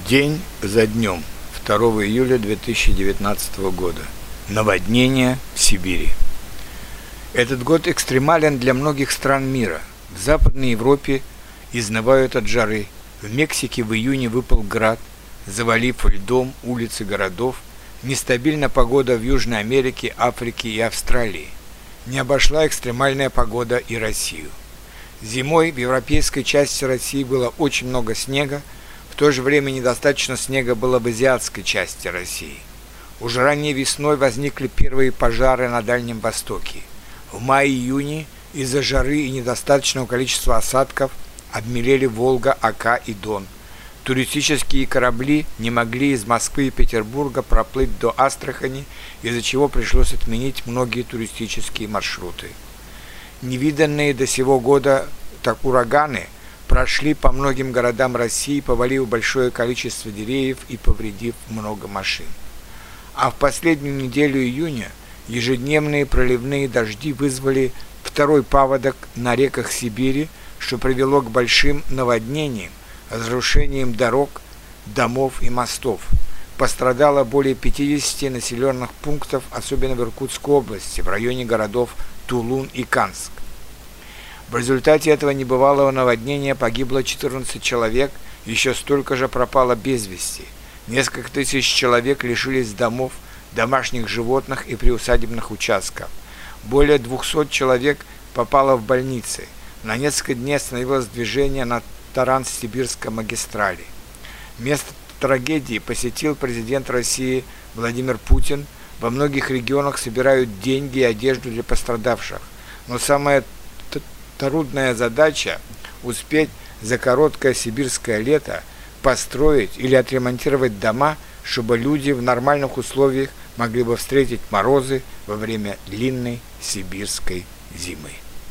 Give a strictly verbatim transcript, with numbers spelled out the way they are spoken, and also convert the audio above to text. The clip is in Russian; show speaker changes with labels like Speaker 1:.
Speaker 1: День за днем, второго июля две тысячи девятнадцатого года. Наводнение в Сибири. Этот год экстремален для многих стран мира. В Западной Европе изнывают от жары. В Мексике в июне выпал град, завалив льдом улицы городов. Нестабильна погода в Южной Америке, Африке и Австралии. Не обошла экстремальная погода и Россию. Зимой в европейской части России было очень много снега, в то же время недостаточно снега было в азиатской части России. Уже ранней весной возникли первые пожары на Дальнем Востоке. В мае-июне из-за жары и недостаточного количества осадков обмелели Волга, Ока и Дон. Туристические корабли не могли из Москвы и Петербурга проплыть до Астрахани, из-за чего пришлось отменить многие туристические маршруты. Невиданные до сего года так ураганы прошли по многим городам России, повалив большое количество деревьев и повредив много машин. А в последнюю неделю июня ежедневные проливные дожди вызвали второй паводок на реках Сибири, что привело к большим наводнениям, разрушением дорог, домов и мостов. Пострадало более пятидесяти населенных пунктов, особенно в Иркутской области, в районе городов Тулун и Канск. В результате этого небывалого наводнения погибло четырнадцать человек, еще столько же пропало без вести. Несколько тысяч человек лишились домов, домашних животных и приусадебных участков. Более двухсот человек попало в больницы. На несколько дней остановилось движение на Транссибирской магистрали. Место трагедии посетил президент России Владимир Путин. Во многих регионах собирают деньги и одежду для пострадавших. Но самая трудная задача – успеть за короткое сибирское лето построить или отремонтировать дома, чтобы люди в нормальных условиях могли бы встретить морозы во время длинной сибирской зимы.